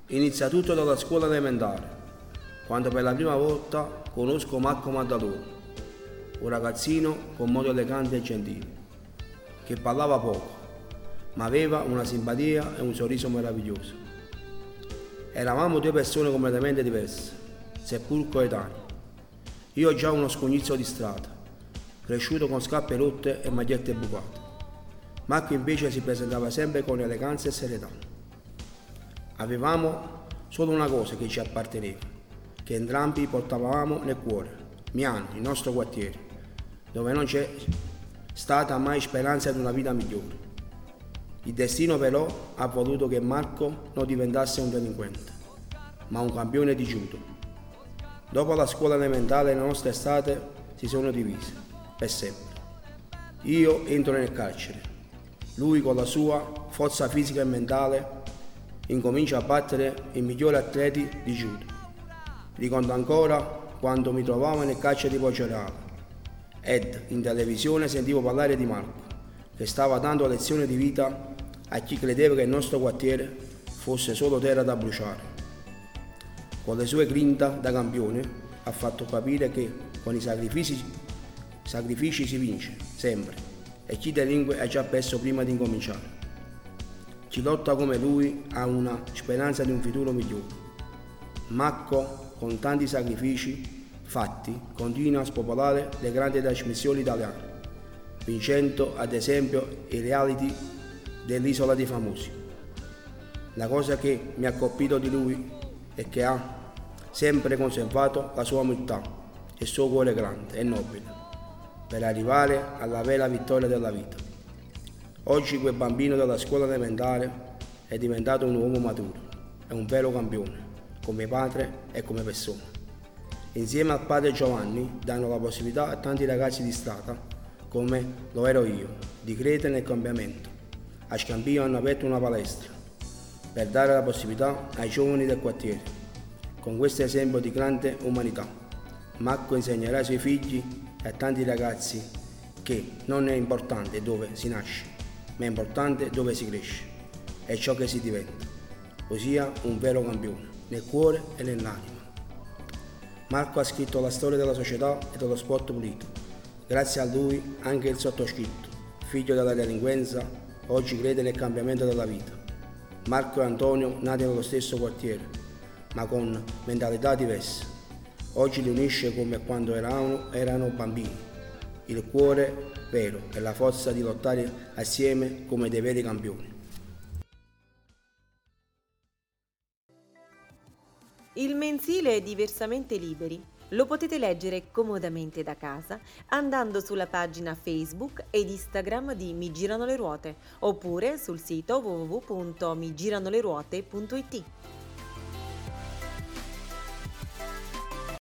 Inizia tutto dalla scuola elementare, quando per la prima volta conosco Marco Maddaloni, un ragazzino con modo elegante e gentile, che parlava poco, ma aveva una simpatia e un sorriso meraviglioso. Eravamo due persone completamente diverse, seppur coetanee. Io già uno scognizzo di strada, cresciuto con scarpe rotte e magliette bucate. Marco invece si presentava sempre con eleganza e serietà. Avevamo solo una cosa che ci apparteneva, che entrambi portavamo nel cuore, Miano, il nostro quartiere, dove non c'è stata mai speranza di una vita migliore. Il destino però ha voluto che Marco non diventasse un delinquente, ma un campione di judo. Dopo la scuola elementare le nostre strade si sono divise, per sempre. Io entro nel carcere, lui con la sua forza fisica e mentale incomincia a battere i migliori atleti di judo. Ricordo ancora quando mi trovavo nel carcere di Poggioreale ed in televisione sentivo parlare di Marco, che stava dando lezioni di vita a chi credeva che il nostro quartiere fosse solo terra da bruciare. Con le sue grinta da campione ha fatto capire che con i sacrifici si vince, sempre, e chi delinque ha già perso prima di incominciare. Chi lotta come lui ha una speranza di un futuro migliore. Marco, con tanti sacrifici fatti, continua a spopolare le grandi trasmissioni italiane, vincendo ad esempio i reality dell'Isola dei Famosi. La cosa che mi ha colpito di lui è che ha sempre conservato la sua umiltà e il suo cuore grande e nobile, per arrivare alla vera vittoria della vita. Oggi quel bambino della scuola elementare è diventato un uomo maturo, è un vero campione, come padre e come persona. Insieme al padre Giovanni danno la possibilità a tanti ragazzi di strada, come lo ero io, di credere nel cambiamento. A Scampino hanno aperto una palestra per dare la possibilità ai giovani del quartiere. Con questo esempio di grande umanità, Marco insegnerà ai suoi figli e a tanti ragazzi che non è importante dove si nasce, ma è importante dove si cresce e ciò che si diventa, ossia un vero campione, nel cuore e nell'anima. Marco ha scritto la storia della società e dello sport pulito. Grazie a lui anche il sottoscritto, figlio della delinquenza, oggi crede nel cambiamento della vita. Marco e Antonio, nati nello stesso quartiere, ma con mentalità diverse, oggi li unisce come quando erano bambini. Il cuore vero e la forza di lottare assieme come dei veri campioni. Il mensile Diversamente Liberi lo potete leggere comodamente da casa andando sulla pagina Facebook ed Instagram di Mi Girano le Ruote oppure sul sito www.migiranoleruote.it.